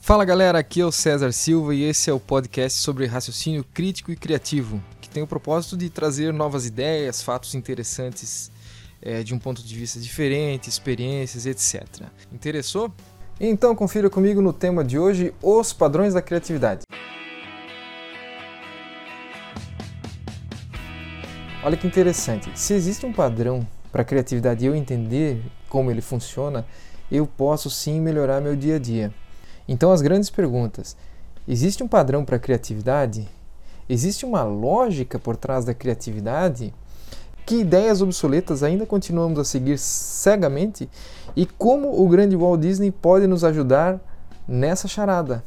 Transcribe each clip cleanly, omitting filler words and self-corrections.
Fala galera, aqui é o César Silva e esse é o podcast sobre raciocínio crítico e criativo, que tem o propósito de trazer novas ideias, fatos interessantes de um ponto de vista diferente, experiências, etc. Interessou? Então confira comigo no tema de hoje, os padrões da criatividade. Olha que interessante, se existe um padrão para a criatividade e eu entender como ele funciona, eu posso sim melhorar meu dia a dia. Então as grandes perguntas: existe um padrão para a criatividade? Existe uma lógica por trás da criatividade? Que ideias obsoletas ainda continuamos a seguir cegamente? E como o grande Walt Disney pode nos ajudar nessa charada?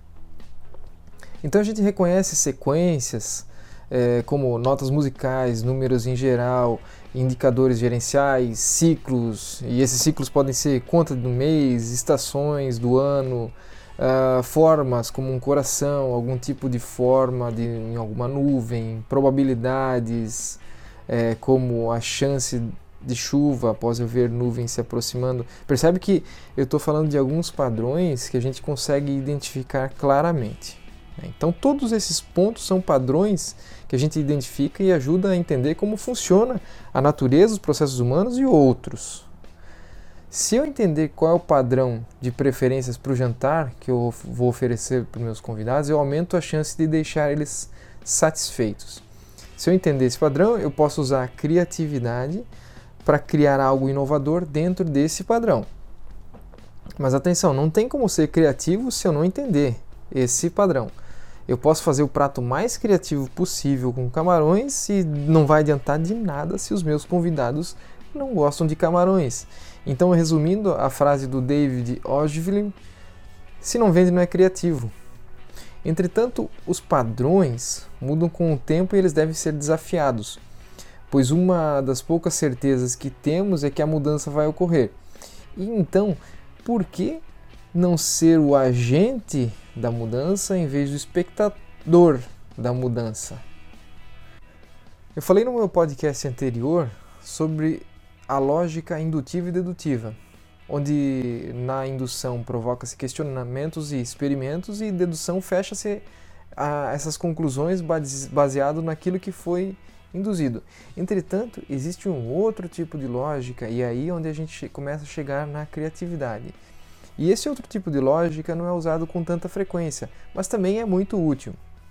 Então a gente reconhece sequências como notas musicais, números em geral, indicadores gerenciais, ciclos, e esses ciclos podem ser conta do mês, estações do ano, formas como um coração, algum tipo de forma em alguma nuvem, probabilidades como a chance de chuva após eu ver nuvens se aproximando. Percebe que eu estou falando de alguns padrões que a gente consegue identificar claramente. Então todos esses pontos são padrões que a gente identifica e ajuda a entender como funciona a natureza, os processos humanos e outros. Se eu entender qual é o padrão de preferências para o jantar que eu vou oferecer para os meus convidados, eu aumento a chance de deixar eles satisfeitos. Se eu entender esse padrão, eu posso usar a criatividade para criar algo inovador dentro desse padrão. Mas atenção, não tem como ser criativo se eu não entender esse padrão. Eu posso fazer o prato mais criativo possível com camarões e não vai adiantar de nada se os meus convidados não gostam de camarões. Então, resumindo a frase do David Ogilvy, se não vende não é criativo. Entretanto, os padrões mudam com o tempo e eles devem ser desafiados, pois uma das poucas certezas que temos é que a mudança vai ocorrer. E então, por que não ser o agente da mudança em vez do espectador da mudança? Eu falei no meu podcast anterior sobre a lógica indutiva e dedutiva, onde na indução provoca-se questionamentos e experimentos e dedução fecha-se a essas conclusões baseado naquilo que foi induzido. Entretanto, existe um outro tipo de lógica e aí é onde a gente começa a chegar na criatividade. E esse outro tipo de lógica não é usado com tanta frequência, mas também é muito útil.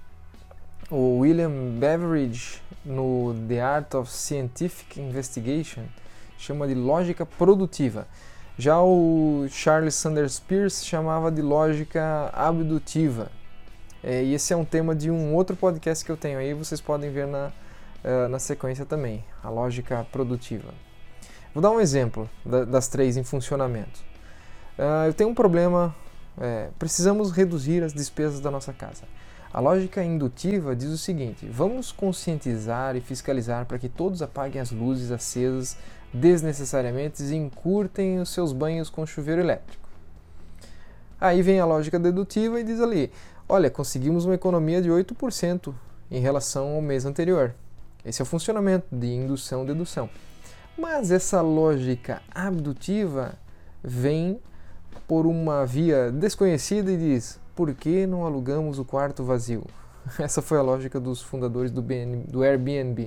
O William Beveridge, no The Art of Scientific Investigation, chama de lógica produtiva. Já o Charles Sanders Peirce chamava de lógica abdutiva. E esse é um tema de um outro podcast que eu tenho aí, vocês podem ver na sequência também, a lógica produtiva. Vou dar um exemplo das três em funcionamento. Eu tenho um problema, precisamos reduzir as despesas da nossa casa. A lógica indutiva diz o seguinte: vamos conscientizar e fiscalizar para que todos apaguem as luzes acesas desnecessariamente e encurtem os seus banhos com chuveiro elétrico. Aí vem a lógica dedutiva e diz ali: olha, conseguimos uma economia de 8% em relação ao mês anterior. Esse é o funcionamento de indução-dedução. Mas essa lógica abdutiva vem por uma via desconhecida e diz: por que não alugamos o quarto vazio? Essa foi a lógica dos fundadores do Airbnb.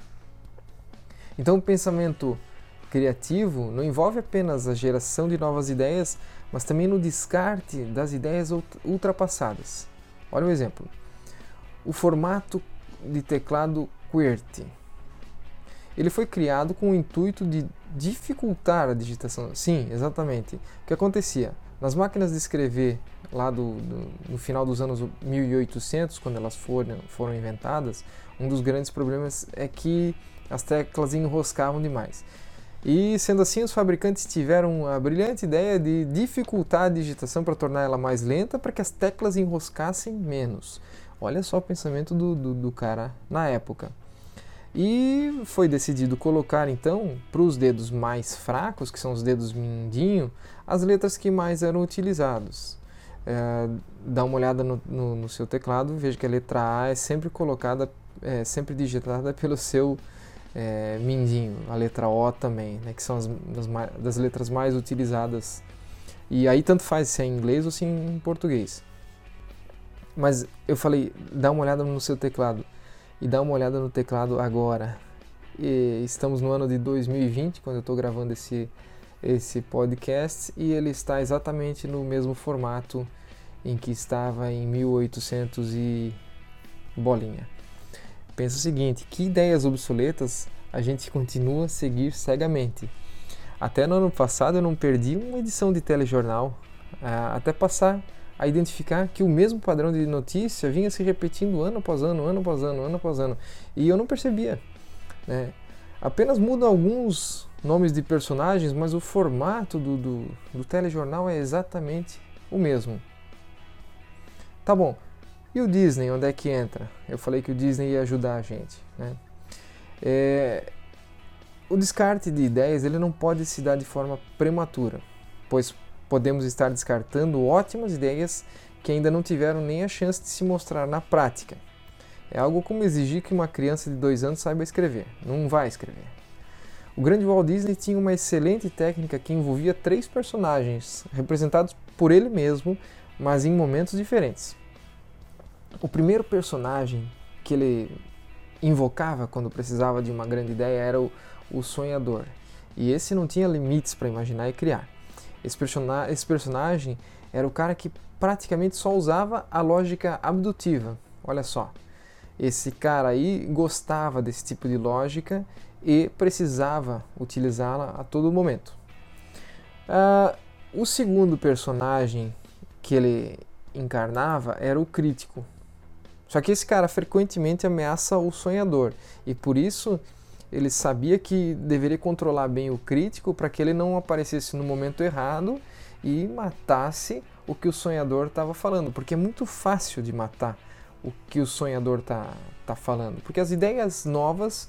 Então o pensamento criativo não envolve apenas a geração de novas ideias, mas também no descarte das ideias ultrapassadas. Olha um exemplo. O formato de teclado QWERTY. Ele foi criado com o intuito de dificultar a digitação. Sim, exatamente. O que acontecia? Nas máquinas de escrever, lá no final dos anos 1800, quando elas foram inventadas, um dos grandes problemas é que as teclas enroscavam demais. E, sendo assim, os fabricantes tiveram a brilhante ideia de dificultar a digitação para tornar ela mais lenta, para que as teclas enroscassem menos. Olha só o pensamento do cara na época. E foi decidido colocar, então, para os dedos mais fracos, que são os dedos mindinho, as letras que mais eram utilizadas. Dá uma olhada no seu teclado, veja que a letra A é sempre sempre digitada pelo seu mindinho. A letra O também, né, que são das letras mais utilizadas E aí tanto faz se é em inglês ou se é em português. Mas eu falei, dá uma olhada no seu teclado. E dá uma olhada no teclado agora. E estamos no ano de 2020, quando eu estou gravando esse podcast, e ele está exatamente no mesmo formato em que estava em 1800 e bolinha. Pensa o seguinte, que ideias obsoletas a gente continua a seguir cegamente. Até no ano passado eu não perdi uma edição de telejornal, até passar a identificar que o mesmo padrão de notícia vinha se repetindo ano após ano, ano após ano, ano após ano, e eu não percebia, né? Apenas mudam alguns nomes de personagens, mas o formato do telejornal é exatamente o mesmo. Tá bom, e o Disney, onde é que entra? Eu falei que o Disney ia ajudar a gente, né? O descarte de ideias ele não pode se dar de forma prematura, pois podemos estar descartando ótimas ideias que ainda não tiveram nem a chance de se mostrar na prática. É algo como exigir que uma criança de 2 anos saiba escrever. Não vai escrever. O grande Walt Disney tinha uma excelente técnica que envolvia 3 personagens, representados por ele mesmo, mas em momentos diferentes. O primeiro personagem que ele invocava quando precisava de uma grande ideia era o sonhador. E esse não tinha limites para imaginar e criar. Esse personagem era o cara que praticamente só usava a lógica abdutiva. Olha só, esse cara aí gostava desse tipo de lógica e precisava utilizá-la a todo momento. O segundo personagem que ele encarnava era o crítico. Só que esse cara frequentemente ameaça o sonhador e por isso ele sabia que deveria controlar bem o crítico para que ele não aparecesse no momento errado e matasse o que o sonhador estava falando, porque é muito fácil de matar o que o sonhador está falando, porque as ideias novas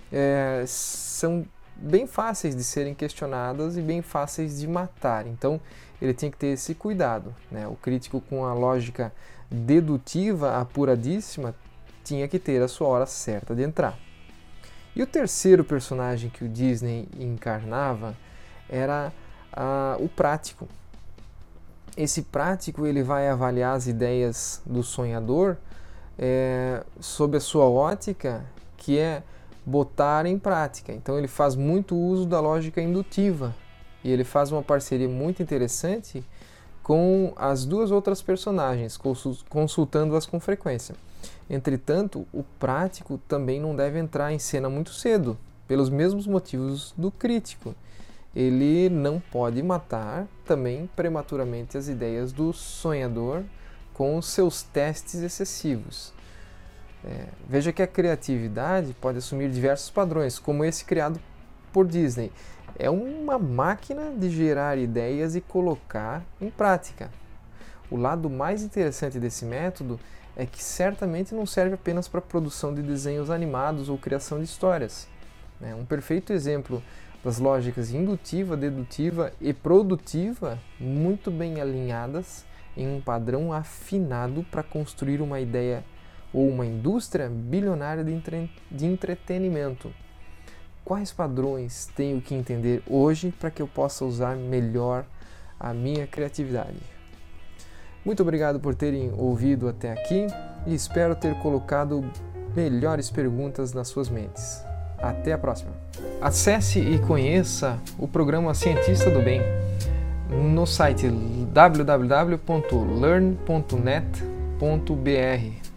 são bem fáceis de serem questionadas e bem fáceis de matar, então ele tinha que ter esse cuidado, né? O crítico com a lógica dedutiva apuradíssima tinha que ter a sua hora certa de entrar. E o terceiro personagem que o Disney encarnava era o prático. Esse prático ele vai avaliar as ideias do sonhador sob a sua ótica, que é botar em prática. Então ele faz muito uso da lógica indutiva e ele faz uma parceria muito interessante com as 2 outras personagens, consultando-as com frequência. Entretanto, o prático também não deve entrar em cena muito cedo, pelos mesmos motivos do crítico. Ele não pode matar também prematuramente as ideias do sonhador com os seus testes excessivos. Veja que a criatividade pode assumir diversos padrões, como esse criado por Disney. É uma máquina de gerar ideias e colocar em prática. O lado mais interessante desse método é que certamente não serve apenas para a produção de desenhos animados ou criação de histórias. Um perfeito exemplo das lógicas indutiva, dedutiva e produtiva muito bem alinhadas em um padrão afinado para construir uma ideia ou uma indústria bilionária de entretenimento. Quais padrões tenho que entender hoje para que eu possa usar melhor a minha criatividade? Muito obrigado por terem ouvido até aqui e espero ter colocado melhores perguntas nas suas mentes. Até a próxima! Acesse e conheça o programa Cientista do Bem no site www.learn.net.br.